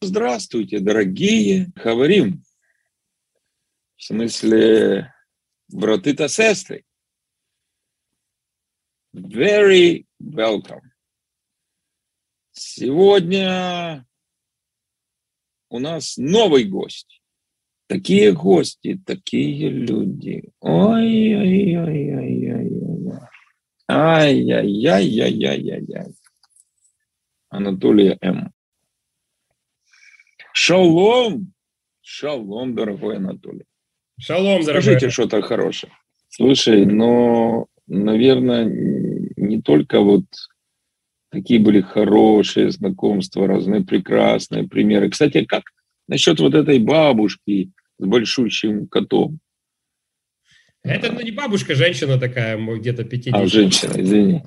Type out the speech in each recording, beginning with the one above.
Здравствуйте, дорогие. Говорим. В смысле, браты-то сестры. Very welcome. Сегодня у нас новый гость. Такие гости, такие люди. Ой-ой-ой-ой-ой-ой. Ай-яй-яй-яй-яй-яй. Анатолий М. Шалом! Шалом, дорогой Анатолий. Шалом, дорогой. Скажите что-то хорошее. Слушай, но, наверное, не только вот такие были хорошие знакомства, разные прекрасные примеры. Кстати, как насчет вот этой бабушки с большущим котом? Это не бабушка, женщина такая, где-то 50. Женщина, извини.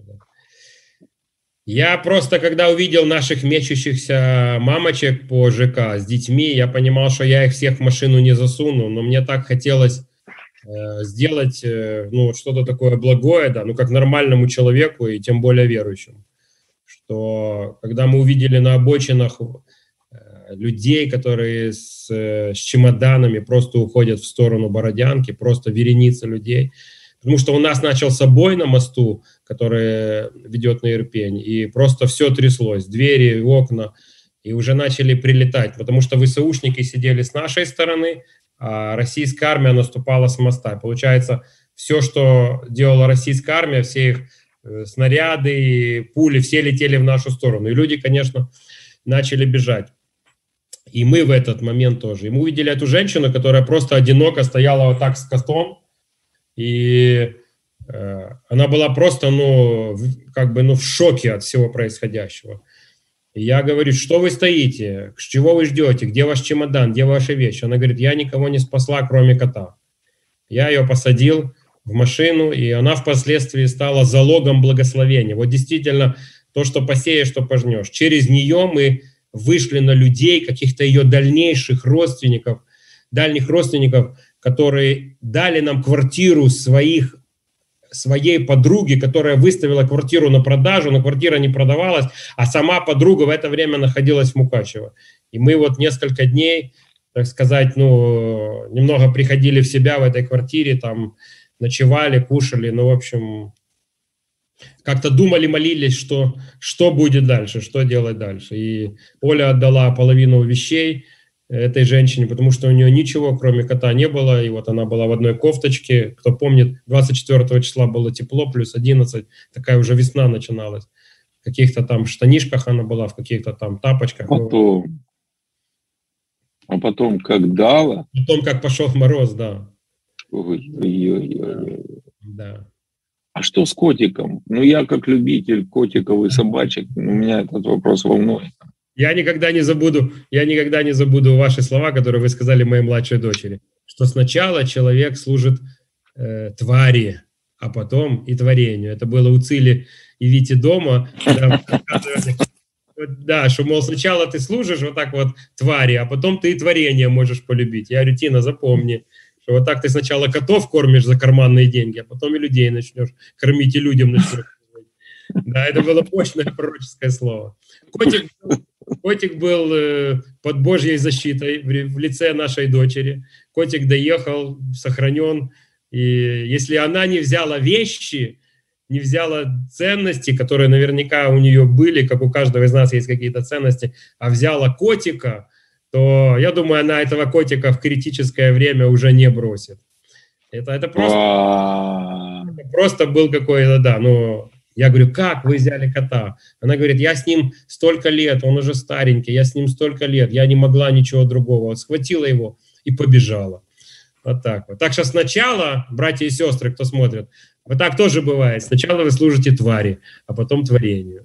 Я просто, когда увидел наших мечущихся мамочек по ЖК с детьми, я понимал, что я их всех в машину не засуну, но мне так хотелось сделать что-то такое благое, да, как нормальному человеку и тем более верующему. Что когда мы увидели на обочинах людей, которые с чемоданами просто уходят в сторону Бородянки, просто вереница людей. Потому что у нас начался бой на мосту, который ведет на Ирпень, и просто все тряслось, двери, окна, и уже начали прилетать, потому что ВСУшники сидели с нашей стороны, а российская армия наступала с моста. Получается, все, что делала российская армия, все их снаряды, пули, все летели в нашу сторону. И люди, конечно, начали бежать. И мы в этот момент тоже. И мы увидели эту женщину, которая просто одиноко стояла вот так с котом. И она была просто, в шоке от всего происходящего. И я говорю, что вы стоите, чего вы ждете, где ваш чемодан, где ваши вещи? Она говорит, я никого не спасла, кроме кота. Я ее посадил в машину, и она впоследствии стала залогом благословения. Вот действительно, то, что посеешь, то пожнешь. Через нее мы вышли на людей, каких-то ее дальних родственников, которые дали нам квартиру своей подруги, которая выставила квартиру на продажу, но квартира не продавалась, а сама подруга в это время находилась в Мукачево. И мы вот несколько дней, так сказать, немного приходили в себя в этой квартире, там ночевали, кушали, в общем, как-то думали, молились, что будет дальше, что делать дальше. И Оля отдала половину вещей этой женщине, потому что у нее ничего, кроме кота, не было. И вот она была в одной кофточке. Кто помнит, 24 числа было тепло, плюс 11. Такая уже весна начиналась. В каких-то там штанишках она была, в каких-то там тапочках. Потом как дала. Потом как пошел мороз, да. Ой-ой-ой. Да. А что с котиком? Я как любитель котиков и собачек, меня этот вопрос волнует. Я никогда не забуду ваши слова, которые вы сказали моей младшей дочери, что сначала человек служит твари, а потом и творению. Это было у Цили и Вити дома. Да, что, мол, сначала ты служишь вот так вот твари, а потом ты и творение можешь полюбить. Я говорю, Тина, запомни, что вот так ты сначала котов кормишь за карманные деньги, а потом и людей начнешь кормить, и людям начнешь. Да, это было мощное пророческое слово. Котик был под Божьей защитой в лице нашей дочери. Котик доехал, сохранен. И если она не взяла вещи, не взяла ценности, которые наверняка у нее были, как у каждого из нас есть какие-то ценности, а взяла котика, то, я думаю, она этого котика в критическое время уже не бросит. Это просто был какой-то, да, я говорю, как вы взяли кота? Она говорит, я с ним столько лет, он уже старенький, я с ним столько лет, я не могла ничего другого. Вот схватила его и побежала. Вот так вот. Так что сначала, братья и сестры, кто смотрит, вот так тоже бывает. Сначала вы служите твари, а потом творению.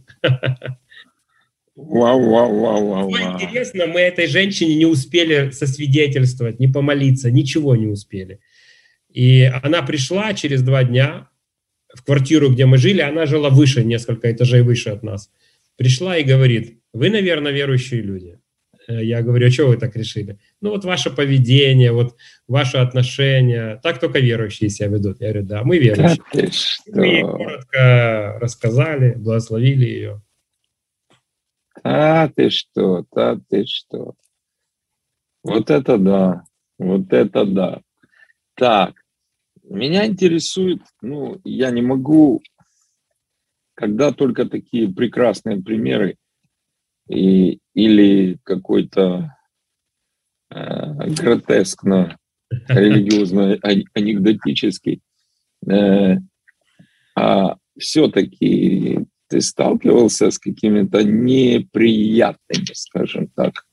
Вау. Интересно, мы этой женщине не успели сосвидетельствовать, не помолиться, ничего не успели. И она пришла через 2 дня в квартиру, где мы жили, она жила выше, несколько этажей выше от нас. Пришла и говорит, вы, наверное, верующие люди. Я говорю, а что вы так решили? Вот ваше поведение, вот ваше отношение, так только верующие себя ведут. Я говорю, да, мы верующие. Мы ей коротко рассказали, благословили ее. А ты что, да ты что. Вот это да, вот это да. Так, меня интересует, ну, я не могу, когда только такие прекрасные примеры или какой-то гротескно религиозно анекдотический, а все-таки ты сталкивался с какими-то неприятными, скажем так,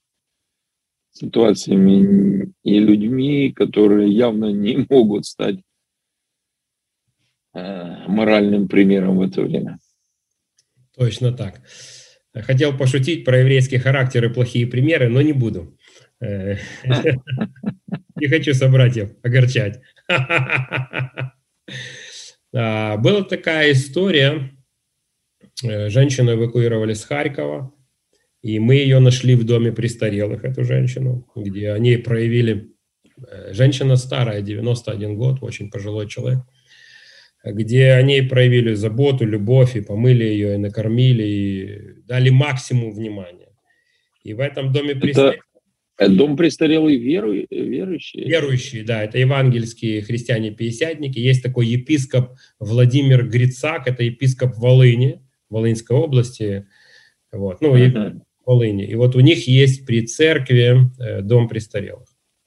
ситуациями и людьми, которые явно не могут стать моральным примером в это время. Точно так. Хотел пошутить про еврейский характер и плохие примеры, но не буду. Не хочу собратьев огорчать. Была такая история. Женщину эвакуировали с Харькова, и мы ее нашли в доме престарелых, эту женщину, где они проявили... Женщина старая, 91 год, очень пожилой человек, где они проявили заботу, любовь, и помыли ее, и накормили, и дали максимум внимания. И в этом доме престарелых... Это дом престарелых верующие? Верующие, да, это евангельские христиане-пятидесятники. Есть такой епископ Владимир Грицак, это епископ Волыни, Волынской области, вот, ну, Волыни. И вот у них есть при церкви дом престарелых.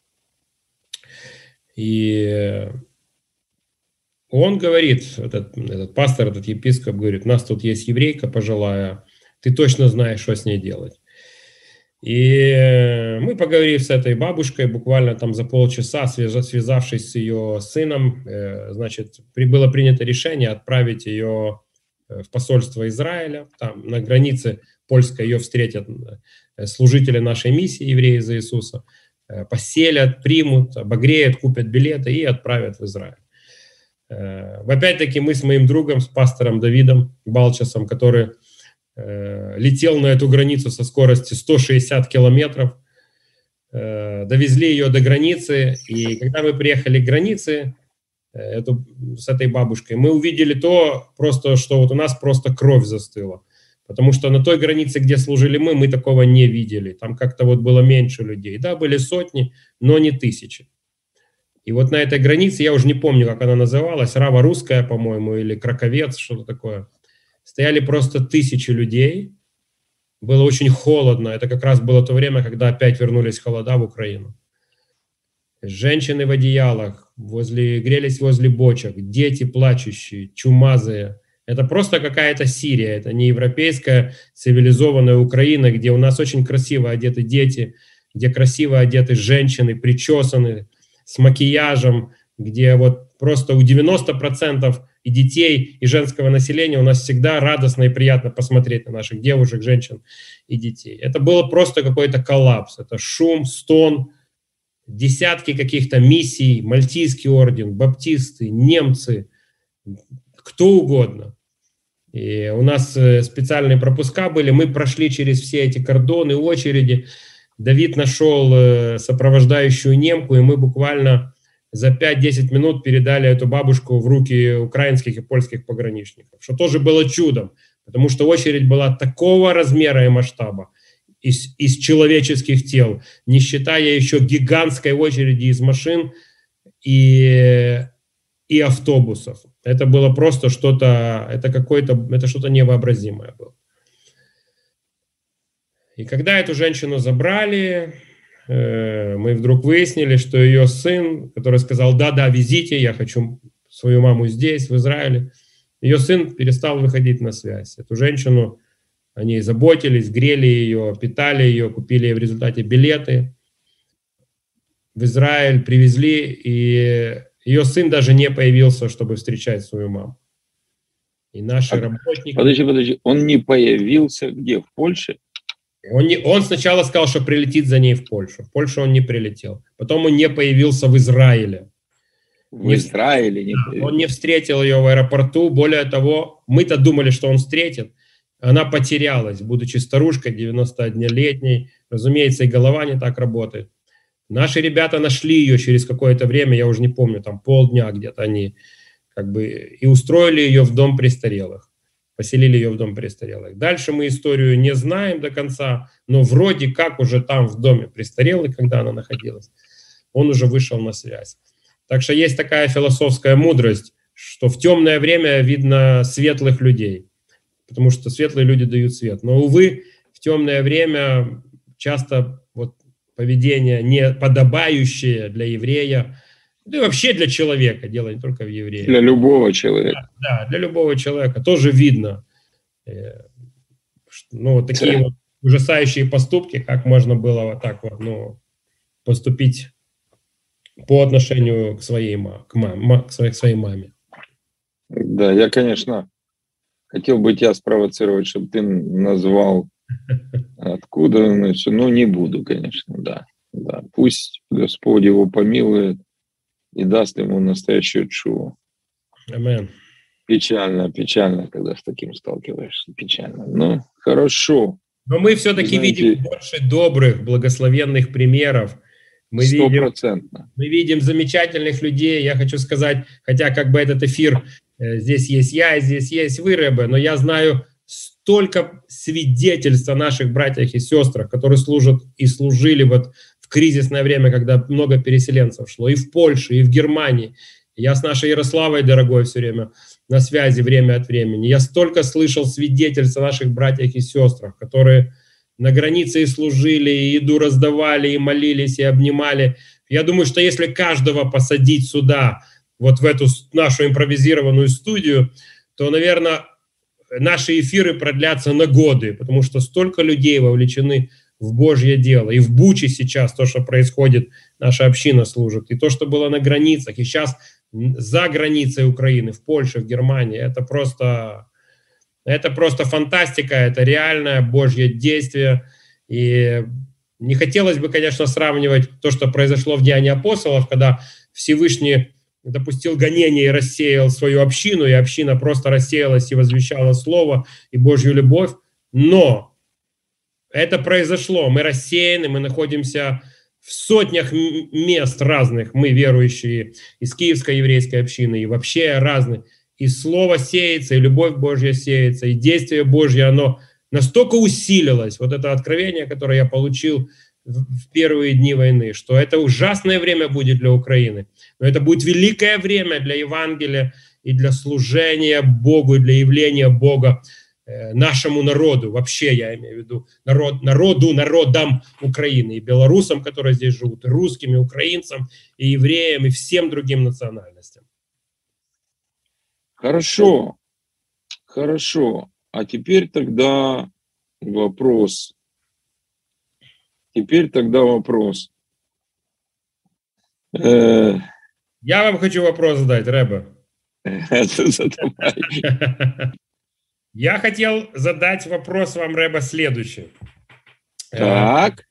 И он говорит, этот пастор, этот епископ говорит: у нас тут есть еврейка пожилая, ты точно знаешь, что с ней делать. И мы поговорили с этой бабушкой буквально там за полчаса, связавшись с ее сыном, значит, было принято решение отправить ее в посольство Израиля. Там на границе польской ее встретят служители нашей миссии «Евреи за Иисуса», поселят, примут, обогреют, купят билеты и отправят в Израиль. Опять-таки мы с моим другом, с пастором Давидом Балчасом, который летел на эту границу со скоростью 160 километров, довезли ее до границы, и когда мы приехали к границе с этой бабушкой, мы увидели то просто, что вот у нас просто кровь застыла, потому что на той границе, где служили мы такого не видели, там как-то вот было меньше людей, да, были сотни, но не тысячи. И вот на этой границе, я уже не помню, как она называлась, Рава-Русская, по-моему, или Краковец, что-то такое, стояли просто тысячи людей. Было очень холодно. Это как раз было то время, когда опять вернулись холода в Украину. Женщины в одеялах, грелись возле бочек, дети плачущие, чумазые. Это просто какая-то Сирия. Это не европейская цивилизованная Украина, где у нас очень красиво одеты дети, где красиво одеты женщины, причесаны, с макияжем, где вот просто у 90% и детей, и женского населения у нас всегда радостно и приятно посмотреть на наших девушек, женщин и детей. Это было просто какой-то коллапс. Это шум, стон, десятки каких-то миссий, Мальтийский орден, баптисты, немцы, кто угодно. И у нас специальные пропуска были, мы прошли через все эти кордоны, очереди. Давид нашел сопровождающую немку, и мы буквально за 5-10 минут передали эту бабушку в руки украинских и польских пограничников, что тоже было чудом, потому что очередь была такого размера и масштаба из человеческих тел, не считая еще гигантской очереди из машин и автобусов. Это было просто что-то, это что-то невообразимое было. И когда эту женщину забрали, мы вдруг выяснили, что ее сын, который сказал: да, везите, я хочу свою маму здесь, в Израиле, ее сын перестал выходить на связь. Эту женщину, о ней заботились, грели ее, питали ее, купили ей в результате билеты в Израиль, привезли, и ее сын даже не появился, чтобы встречать свою маму. И наши работники... Подожди, он не появился где? В Польше? Он сначала сказал, что прилетит за ней в Польшу. В Польшу он не прилетел. Потом он не появился в Израиле. Израиле? Он не встретил ее в аэропорту. Более того, мы-то думали, что он встретит. Она потерялась, будучи старушкой, 91-летней. Разумеется, и голова не так работает. Наши ребята нашли ее через какое-то время, я уже не помню, там полдня где-то они и устроили ее в дом престарелых. поселили ее в дом престарелых. Дальше мы историю не знаем до конца, но вроде как уже там в доме престарелых, когда она находилась, он уже вышел на связь. Так что есть такая философская мудрость, что в темное время видно светлых людей, потому что светлые люди дают свет. Но, увы, в темное время часто вот поведение не подобающее для еврея, да и вообще для человека, дело не только в евреях. Для любого человека. Да, для любого человека тоже видно. Ну, вот такие вот ужасающие поступки, как можно было вот так вот, ну, поступить по отношению к своей маме. Да, я, конечно, хотел бы тебя спровоцировать, чтобы ты назвал, откуда, ну, не буду, конечно, да. Пусть Господь его помилует и даст ему настоящую тшуву. Амен. Печально, когда с таким сталкиваешься, печально. Ну, хорошо. Но мы все-таки видим больше добрых, благословенных примеров. Мы видим замечательных людей. Я хочу сказать, хотя как бы этот эфир, здесь есть я, здесь есть вы, Ребе, но я знаю столько свидетельств о наших братьях и сестрах, которые служат и служили вот в кризисное время, когда много переселенцев шло, и в Польше, и в Германии. Я с нашей Ярославой, дорогой, все время на связи время от времени. Я столько слышал свидетельств о наших братьях и сестрах, которые на границе и служили, и еду раздавали, и молились, и обнимали. Я думаю, что если каждого посадить сюда, вот в эту нашу импровизированную студию, то, наверное, наши эфиры продлятся на годы, потому что столько людей вовлечены в Божье дело. И в Буче сейчас то, что происходит, наша община служит, и то, что было на границах, и сейчас за границей Украины, в Польше, в Германии, это просто фантастика, это реальное Божье действие. И не хотелось бы, конечно, сравнивать то, что произошло в Деянии апостолов, когда Всевышний допустил гонение и рассеял свою общину, и община просто рассеялась и возвещала Слово и Божью любовь. Но это произошло, мы рассеяны, мы находимся в сотнях мест разных, мы верующие из Киевской еврейской общины и вообще разных. И Слово сеется, и любовь Божья сеется, и действие Божье, оно настолько усилилось, вот это откровение, которое я получил в первые дни войны, что это ужасное время будет для Украины, но это будет великое время для Евангелия и для служения Богу, и для явления Бога нашему народу, вообще я имею в виду народам Украины, и белорусам, которые здесь живут, и русским, и украинцам, и евреям, и всем другим национальностям. Хорошо. А теперь тогда вопрос. Я вам хочу вопрос задать, Ребе. Я хотел задать вопрос вам, Ребе, следующий. Так.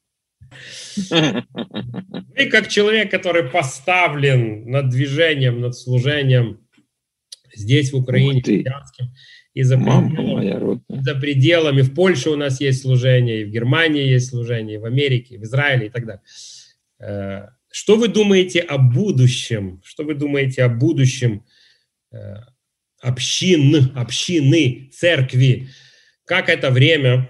Вы как человек, который поставлен над движением, над служением здесь, в Украине, и за пределами. В Польше у нас есть служение, и в Германии есть служение, и в Америке, и в Израиле и так далее. Что вы думаете о будущем? Что вы думаете о будущем общины, церкви? Как это время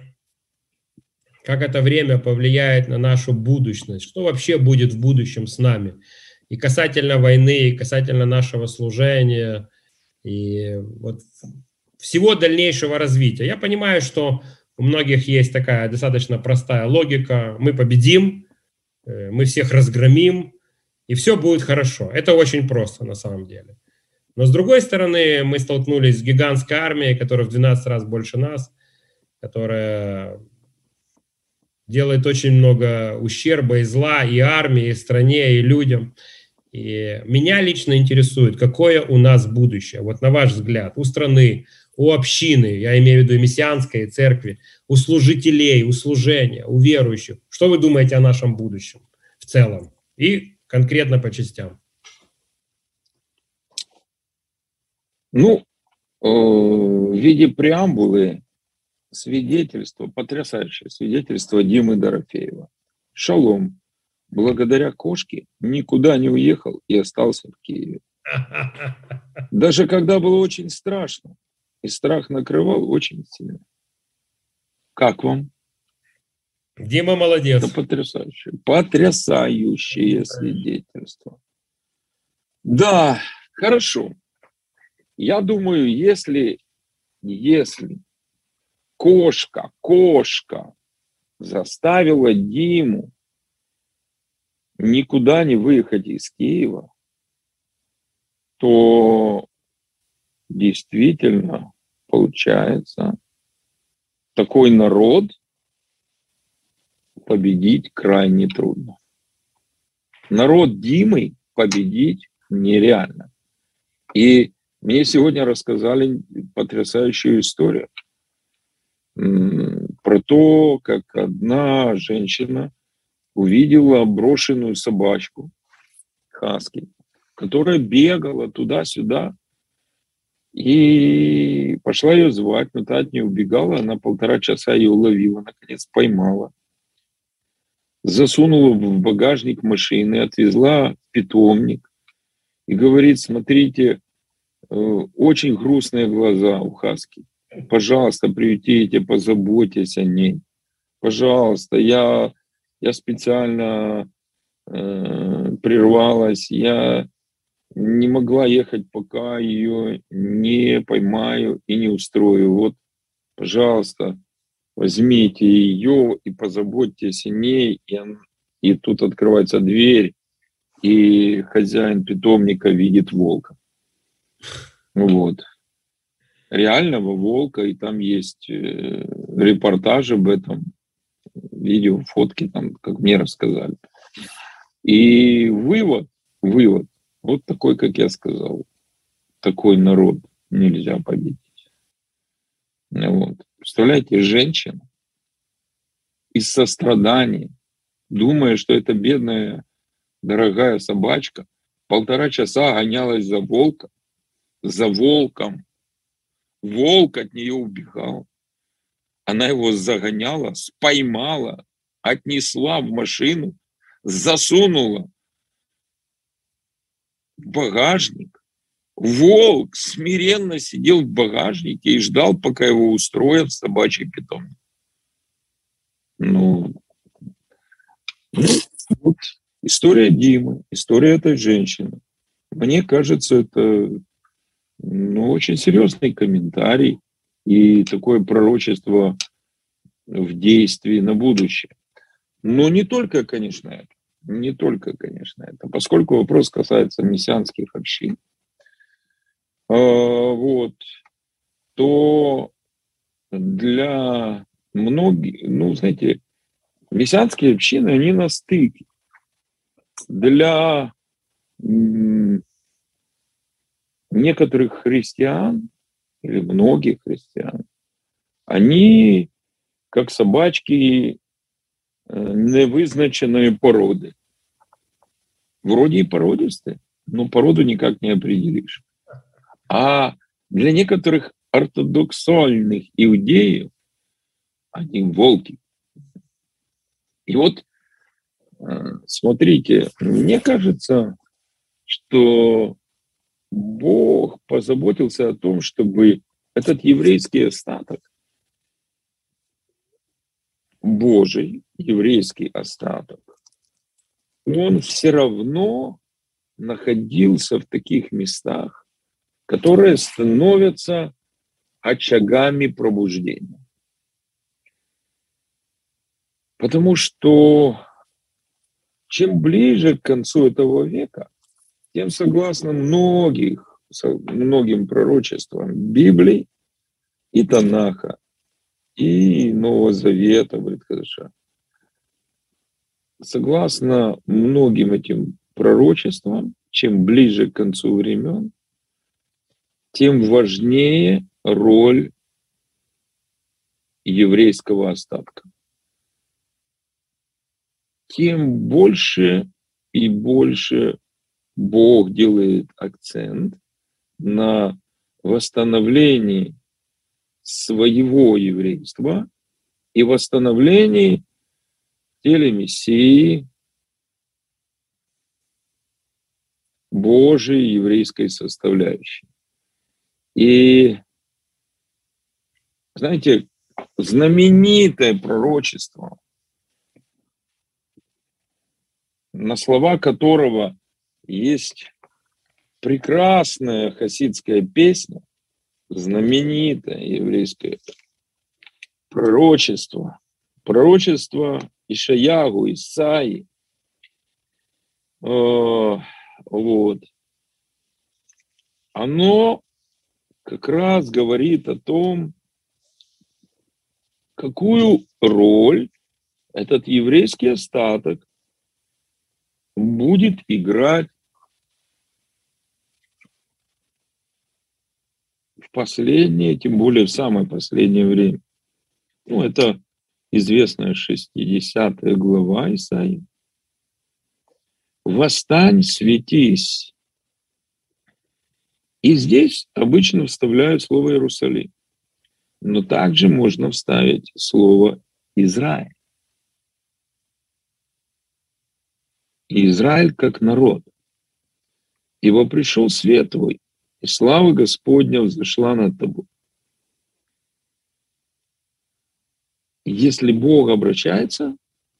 повлияет на нашу будущность? Что вообще будет в будущем с нами? И касательно войны, и касательно нашего служения, и вот всего дальнейшего развития. Я понимаю, что у многих есть такая достаточно простая логика. Мы победим, мы всех разгромим, и все будет хорошо. Это очень просто на самом деле. Но с другой стороны, мы столкнулись с гигантской армией, которая в 12 раз больше нас, которая делает очень много ущерба и зла и армии, и стране, и людям. И меня лично интересует, какое у нас будущее. Вот на ваш взгляд, у страны, у общины, я имею в виду и мессианской церкви, у служителей, у служения, у верующих. Что вы думаете о нашем будущем в целом и конкретно по частям? Ну, в виде преамбулы свидетельство, потрясающее свидетельство Димы Дорофеева. Шалом. Благодаря кошке никуда не уехал и остался в Киеве. Даже когда было очень страшно. и страх накрывал очень сильно. Как вам? Дима молодец. Это потрясающе. Потрясающее свидетельство. Да, хорошо. Я думаю, если кошка заставила Диму никуда не выехать из Киева, то действительно получается такой народ победить крайне трудно. Народ Димы победить нереально. И мне сегодня рассказали потрясающую историю про то, как одна женщина увидела брошенную собачку, хаски, которая бегала туда-сюда, и пошла ее звать, но та от нее убегала, она 1,5 часа ее уловила, наконец поймала, засунула в багажник машины, отвезла в питомник и говорит: смотрите, очень грустные глаза у хаски, пожалуйста, приютите, позаботьтесь о ней, пожалуйста, я специально прервалась, я не могла ехать, пока ее не поймаю и не устрою. Вот, пожалуйста, возьмите ее и позаботьтесь о ней. И тут открывается дверь, и хозяин питомника видит волка. Вот. Реального волка, и там есть репортаж об этом, видео, фотки, там, как мне рассказали. И вывод, вот такой, как я сказал, такой народ нельзя победить. Вот. Представляете, женщина из сострадания, думая, что эта бедная, дорогая собачка, 1,5 часа гонялась за волком. Волк от нее убегал. Она его загоняла, споймала, отнесла в машину, засунула в багажник. Волк смиренно сидел в багажнике и ждал, пока его устроят в собачий питомник. Ну, вот история Димы, история этой женщины. Мне кажется, это очень серьезный комментарий и такое пророчество в действии на будущее. Но не только, конечно, это, поскольку вопрос касается мессианских общин, вот, то для многих, знаете, мессианские общины, они на стыке. Для некоторых христиан или многих христиан, они как собачки невызначенной породы. Вроде и породистые, но породу никак не определишь. А для некоторых ортодоксальных иудеев они волки. И вот, смотрите, мне кажется, что Бог позаботился о том, чтобы этот еврейский остаток, Божий еврейский остаток, он все равно находился в таких местах, которые становятся очагами пробуждения. Потому что чем ближе к концу этого века, тем, согласно многим пророчествам Библии и Танаха, и Нового Завета, Брит-Хадаша, согласно многим этим пророчествам, чем ближе к концу времен, тем важнее роль еврейского остатка. Тем больше и больше Бог делает акцент на восстановлении своего еврейства и восстановлении в теле Мессии Божией еврейской составляющей. И знаете, знаменитое пророчество, на слова которого есть прекрасная хасидская песня, знаменитое еврейское пророчество Ишаягу, Исаии. Вот. Оно как раз говорит о том, какую роль этот еврейский остаток будет играть в последнее, тем более в самое последнее время. Ну, это известная 60 глава Исаии. «Восстань, светись». И здесь обычно вставляют слово «Иерусалим». Но также можно вставить слово «Израиль». И Израиль как народ. Ибо пришел свет твой, и слава Господня взошла над тобой. Если Бог обращается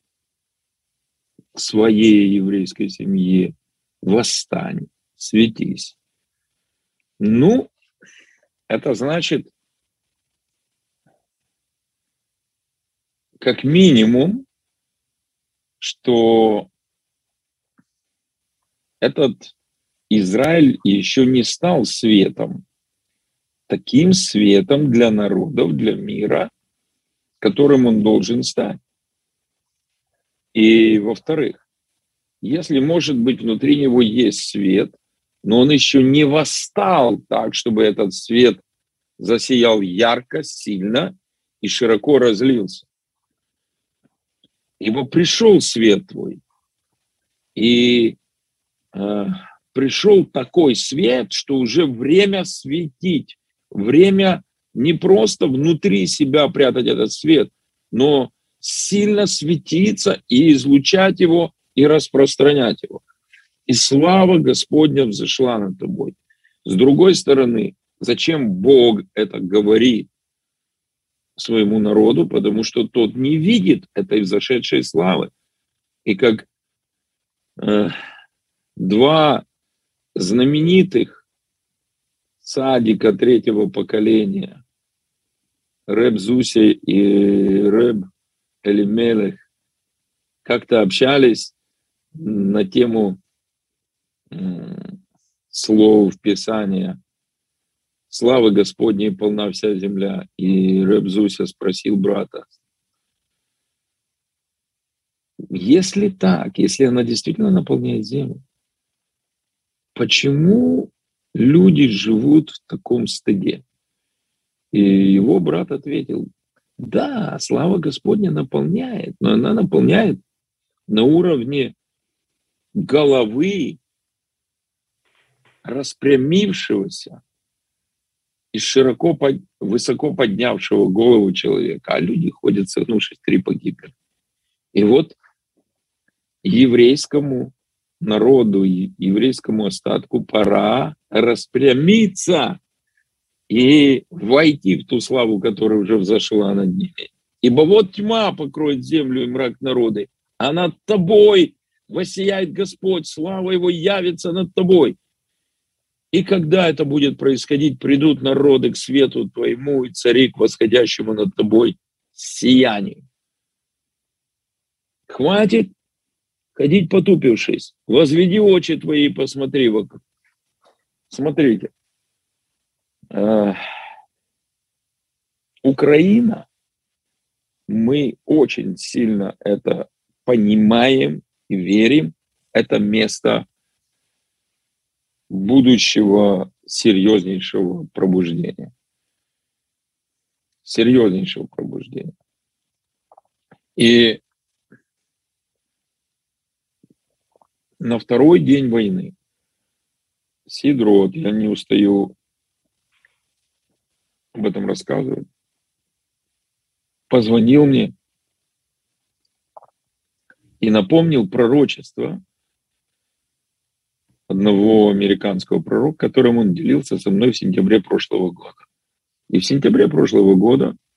к своей еврейской семье, восстань, светись. Ну, это значит, как минимум, что этот Израиль еще не стал светом, таким светом для народов, для мира, которым он должен стать. И, во-вторых, если, может быть, внутри него есть свет, но он еще не восстал так, чтобы этот свет засиял ярко, сильно и широко разлился. Ибо пришел свет твой, и пришел такой свет, что уже время светить, время не просто внутри себя прятать этот свет, но сильно светиться и излучать его, и распространять его. И слава Господня взошла над тобой. С другой стороны, зачем Бог это говорит своему народу? Потому что тот не видит этой взошедшей славы. И как два знаменитых цадика третьего поколения, Реб Зуси и Реб Элимелех, как-то общались на тему слов Писания. Славы Господней полна вся земля. И Реб Зуся спросил брата: если так, если она действительно наполняет землю, почему люди живут в таком стыде? И его брат ответил: да, слава Господня наполняет, но она наполняет на уровне головы распрямившегося и высоко поднявшего голову человека, а люди ходят, согнувшись 3 погибели. И вот еврейскому народу, еврейскому остатку пора распрямиться и войти в ту славу, которая уже взошла над ними. Ибо вот тьма покроет землю и мрак народы, а над тобой воссияет Господь, слава Его явится над тобой. И когда это будет происходить, придут народы к свету твоему и цари к восходящему над тобой сиянию. Хватит ходить потупившись. Возведи очи твои и посмотри вокруг. Смотрите. Украина, мы очень сильно это понимаем и верим. Это место будущего серьезнейшего пробуждения. Серьезнейшего пробуждения. И на второй день войны Сидрот, я не устаю об этом рассказывать, позвонил мне и напомнил пророчество одного американского пророка, которым он делился со мной в сентябре прошлого года. И в сентябре прошлого года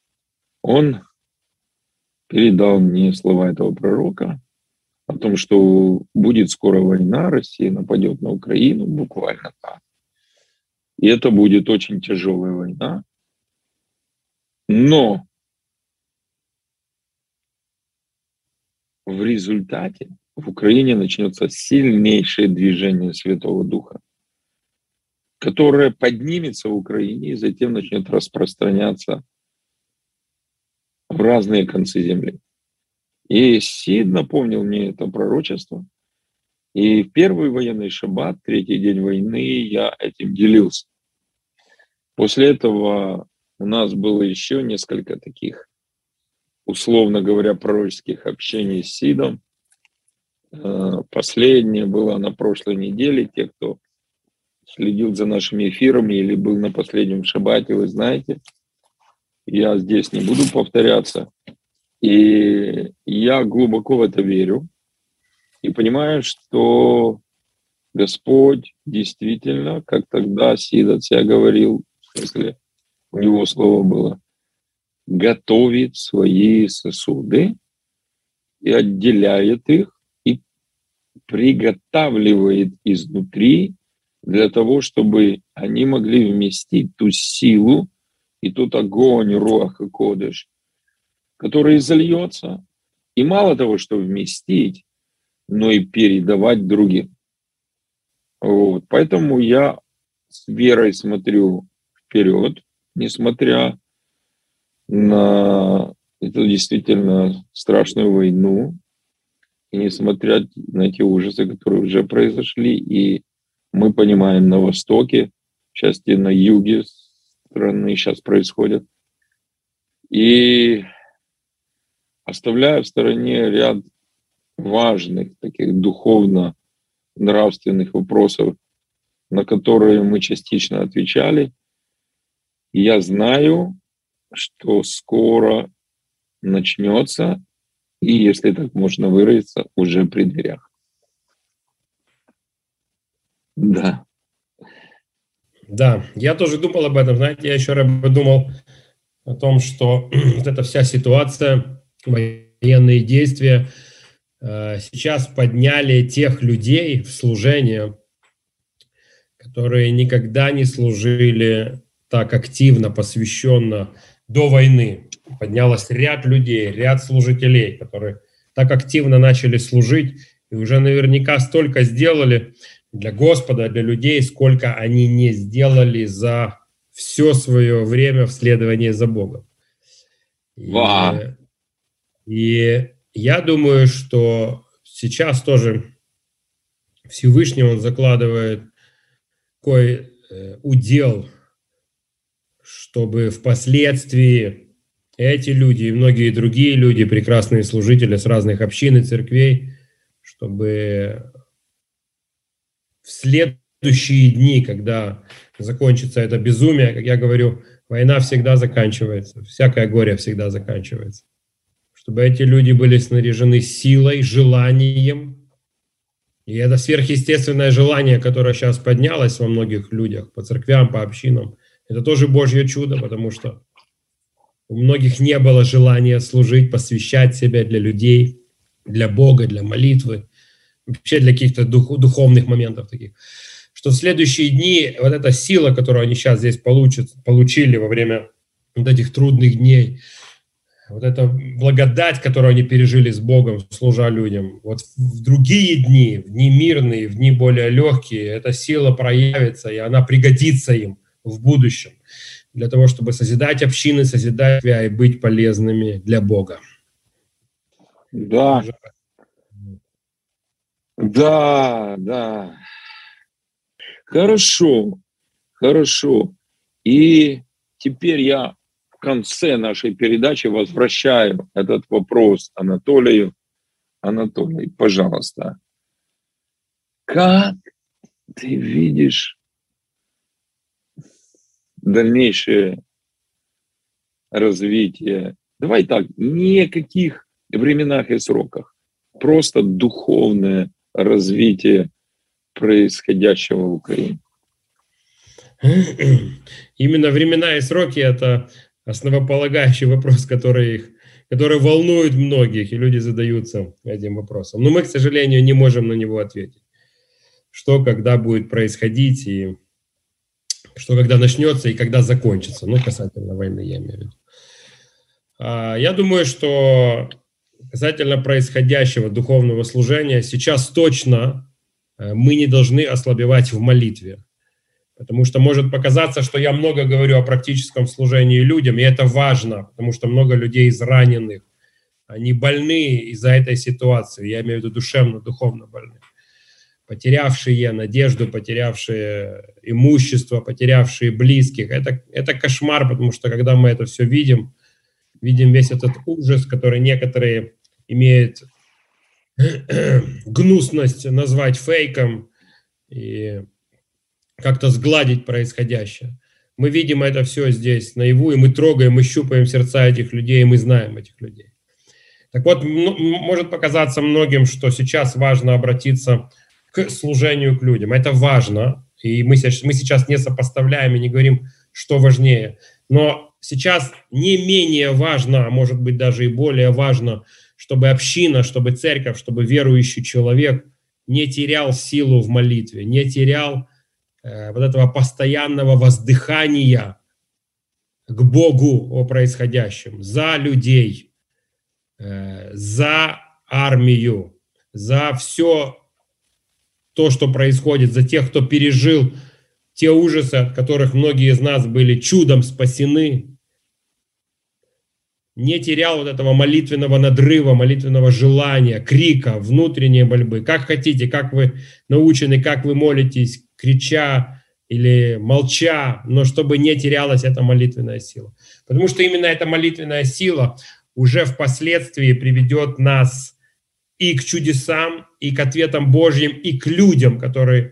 он передал мне слова этого пророка о том, что будет скоро война, Россия нападет на Украину, буквально так. И это будет очень тяжелая война. Но в результате в Украине начнется сильнейшее движение Святого Духа, которое поднимется в Украине и затем начнет распространяться в разные концы земли. И Сид напомнил мне это пророчество. И в первый военный шаббат, третий день войны, я этим делился. После этого у нас было еще несколько таких, условно говоря, пророческих общений с Сидом. Последнее было на прошлой неделе. Те, кто следил за нашими эфирами или был на последнем шаббате, вы знаете, я здесь не буду повторяться. И я глубоко в это верю и понимаю, что Господь действительно, как тогда Сид от себя говорил, в смысле, у него слово было, готовит свои сосуды и отделяет их и приготавливает изнутри для того, чтобы они могли вместить ту силу и тот огонь Руах ха-Кодеш, который изольется, и мало того, что вместить, но и передавать другим. Вот. Поэтому я с верой смотрю вперед, несмотря на эту действительно страшную войну, и несмотря на те ужасы, которые уже произошли, и мы понимаем, на Востоке, в части на юге страны сейчас происходят, и оставляя в стороне ряд важных, таких духовно-нравственных вопросов, на которые мы частично отвечали, я знаю, что скоро начнется, и, если так можно выразиться, уже при дверях. Да. Да, я тоже думал об этом. Знаете, я еще раз думал о том, что вот эта вся ситуация, военные действия сейчас подняли тех людей в служение, которые никогда не служили так активно, посвященно до войны. Поднялось ряд людей, ряд служителей, которые так активно начали служить и уже наверняка столько сделали для Господа, для людей, сколько они не сделали за все свое время в следовании за Богом. И я думаю, что сейчас тоже Всевышний, он закладывает такой удел, чтобы впоследствии эти люди и многие другие люди, прекрасные служители с разных общин и церквей, чтобы в следующие дни, когда закончится это безумие, как я говорю, война всегда заканчивается, всякое горе всегда заканчивается. Чтобы эти люди были снаряжены силой, желанием. И это сверхъестественное желание, которое сейчас поднялось во многих людях, по церквям, по общинам, это тоже Божье чудо, потому что у многих не было желания служить, посвящать себя для людей, для Бога, для молитвы, вообще для каких-то духовных моментов таких. Что в следующие дни вот эта сила, которую они сейчас здесь получили во время вот этих трудных дней, вот эта благодать, которую они пережили с Богом, служа людям, вот в другие дни, в дни мирные, в дни более легкие, эта сила проявится, и она пригодится им в будущем для того, чтобы созидать общины, созидать себя и быть полезными для Бога. Да. Да. Хорошо. И теперь я в конце нашей передачи возвращаю этот вопрос Анатолию. Анатолий, пожалуйста, как ты видишь дальнейшее развитие? Давай так, ни о каких временах и сроках, просто духовное развитие происходящего в Украине. Именно времена и сроки — это основополагающий вопрос, который волнует многих, и люди задаются этим вопросом. Но мы, к сожалению, не можем на него ответить. Что, когда будет происходить, и что, когда начнется, и когда закончится. Ну, касательно войны, я имею в виду. Я думаю, что касательно происходящего духовного служения, сейчас точно мы не должны ослабевать в молитве. Потому что может показаться, что я много говорю о практическом служении людям, и это важно, потому что много людей израненных, они больны из-за этой ситуации, я имею в виду душевно, духовно больны. Потерявшие надежду, потерявшие имущество, потерявшие близких. Это кошмар, потому что когда мы это все видим весь этот ужас, который некоторые имеют гнусность назвать фейком и как-то сгладить происходящее. Мы видим это все здесь наяву, и мы трогаем, мы щупаем сердца этих людей, и мы знаем этих людей. Так вот, может показаться многим, что сейчас важно обратиться к служению к людям. Это важно, и мы сейчас не сопоставляем и не говорим, что важнее. Но сейчас не менее важно, а может быть даже и более важно, чтобы община, чтобы церковь, чтобы верующий человек не терял силу в молитве, не терял вот этого постоянного воздыхания к Богу о происходящем, за людей, за армию, за все то, что происходит, за тех, кто пережил те ужасы, от которых многие из нас были чудом спасены, не терял вот этого молитвенного надрыва, молитвенного желания, крика, внутренней борьбы. Как хотите, как вы научены, как вы молитесь, крича или молча, но чтобы не терялась эта молитвенная сила. Потому что именно эта молитвенная сила уже впоследствии приведет нас и к чудесам, и к ответам Божьим, и к людям, которым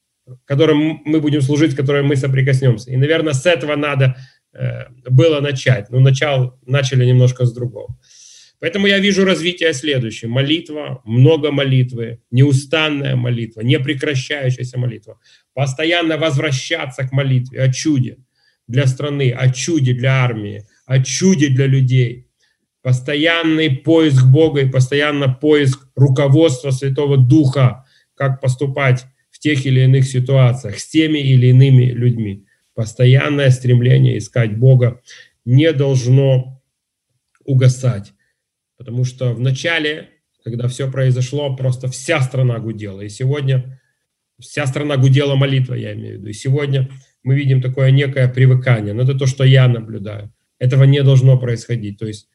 мы будем служить, с которыми мы соприкоснемся. И, наверное, с этого надо было начать. Но начали немножко с другого. Поэтому я вижу развитие следующее. Молитва, много молитвы, неустанная молитва, непрекращающаяся молитва. Постоянно возвращаться к молитве о чуде для страны, о чуде для армии, о чуде для людей. Постоянный поиск Бога и постоянно поиск руководства Святого Духа, как поступать в тех или иных ситуациях с теми или иными людьми. Постоянное стремление искать Бога не должно угасать. Потому что в начале, когда все произошло, просто вся страна гудела. И сегодня вся страна гудела молитвой, я имею в виду. И сегодня мы видим такое некое привыкание. Но это то, что я наблюдаю. Этого не должно происходить. То есть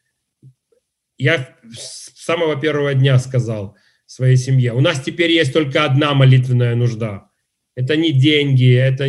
я с самого первого дня сказал своей семье, у нас теперь есть только одна молитвенная нужда. Это не деньги, это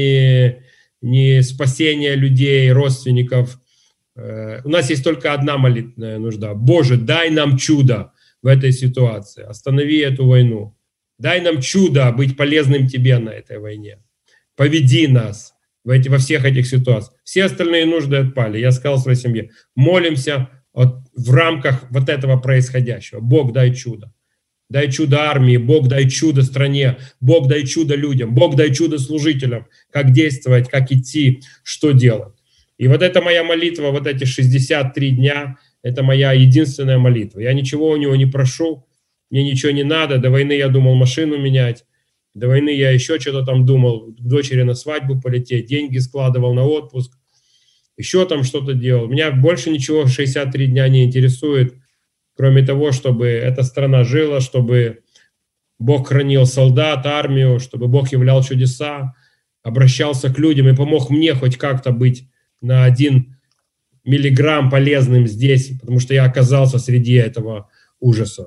не спасение людей, родственников. У нас есть только одна молитвенная нужда. Боже, дай нам чудо в этой ситуации. Останови эту войну. Дай нам чудо быть полезным Тебе на этой войне. Поведи нас во всех этих ситуациях. Все остальные нужды отпали. Я сказал своей семье, молимся в рамках вот этого происходящего. Бог, дай чудо. Дай чудо армии, Бог, дай чудо стране, Бог, дай чудо людям, Бог, дай чудо служителям, как действовать, как идти, что делать. И вот это моя молитва, вот эти 63 дня, это моя единственная молитва. Я ничего у него не прошу, мне ничего не надо. До войны я думал машину менять, до войны я еще что-то там думал, к дочери на свадьбу полететь, деньги складывал на отпуск, еще там что-то делал. Меня больше ничего 63 дня не интересует, кроме того, чтобы эта страна жила, чтобы Бог хранил солдат, армию, чтобы Бог являл чудеса, обращался к людям и помог мне хоть как-то быть на 1 миллиграмм полезным здесь, потому что я оказался среди этого ужаса.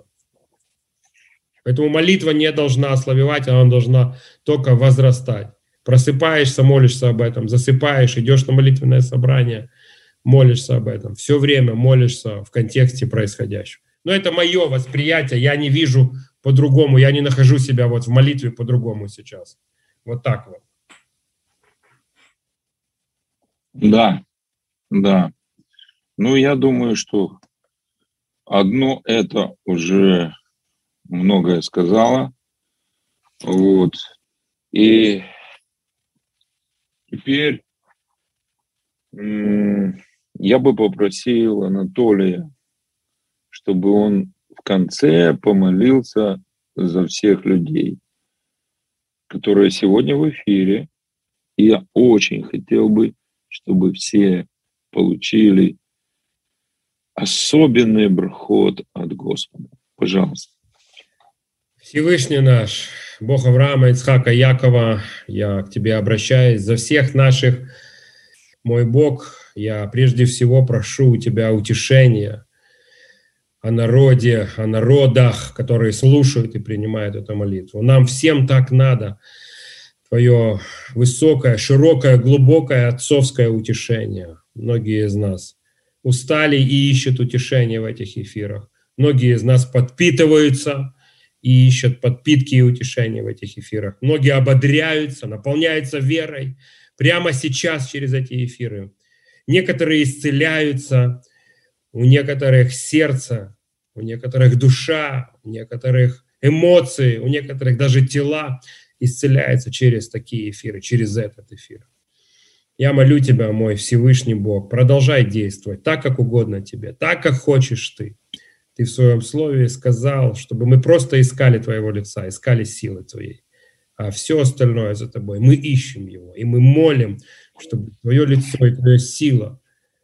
Поэтому молитва не должна ослабевать, она должна только возрастать. Просыпаешься, молишься об этом, засыпаешь, идешь на молитвенное собрание, молишься об этом. Все время молишься в контексте происходящего. Но это мое восприятие, я не вижу по-другому, я не нахожу себя вот в молитве по-другому сейчас. Вот так вот. Да, да. Ну, я думаю, что одно это уже многое сказала. Вот. И теперь я бы попросил Анатолия, чтобы он в конце помолился за всех людей, которые сегодня в эфире. И я очень хотел бы, чтобы все получили особенный брахот от Господа. Пожалуйста. Всевышний наш, Бог Авраама, Ицхака, Якова, я к Тебе обращаюсь за всех наших, мой Бог, я прежде всего прошу у Тебя утешения о народе, о народах, которые слушают и принимают эту молитву. Нам всем так надо Твое высокое, широкое, глубокое отцовское утешение. Многие из нас устали и ищут утешения в этих эфирах. Многие из нас подпитываются и ищут подпитки и утешения в этих эфирах. Многие ободряются, наполняются верой прямо сейчас через эти эфиры. Некоторые исцеляются, у некоторых сердце, у некоторых душа, у некоторых эмоции, у некоторых даже тела исцеляется через такие эфиры, через этот эфир. Я молю Тебя, мой Всевышний Бог, продолжай действовать так, как угодно Тебе, так, как хочешь Ты. Ты в Своем Слове сказал, чтобы мы просто искали Твоего лица, искали силы Твоей. А все остальное за Тобой. Мы ищем Его, и мы молим, чтобы Твое лицо и Твоя сила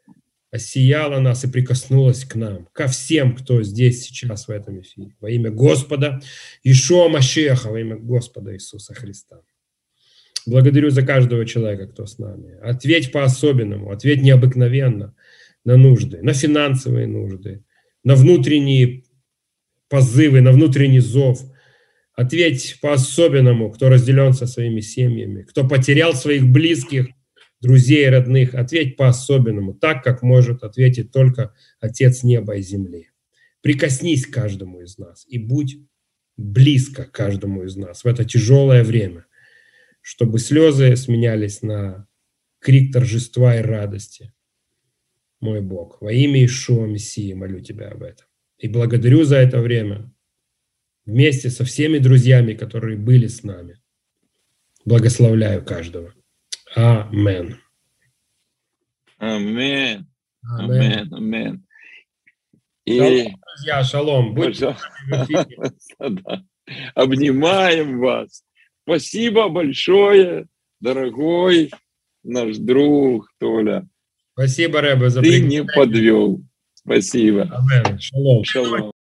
осияла нас и прикоснулась к нам, ко всем, кто здесь сейчас в этом эфире. Во имя Господа Иешуа Машиаха, во имя Господа Иисуса Христа. Благодарю за каждого человека, кто с нами. Ответь по-особенному, ответь необыкновенно на нужды, на финансовые нужды, на внутренние позывы, на внутренний зов. Ответь по-особенному, кто разделен со своими семьями, кто потерял своих близких, друзей, родных. Ответь по-особенному, так, как может ответить только Отец неба и земли. Прикоснись к каждому из нас и будь близко к каждому из нас в это тяжелое время, чтобы слезы сменялись на крик торжества и радости. Мой Бог, во имя Иешуа Мессии молю Тебя об этом. И благодарю за это время вместе со всеми друзьями, которые были с нами. Благословляю каждого. Амен. Амен. Амен. Амен. И, шалом, друзья, шалом. Будьте да. Обнимаем вас. Спасибо большое, дорогой наш друг Толя. Спасибо, Ребе, за приглашение. Ты не подвел. Спасибо. Амен. Шалом. Шалом.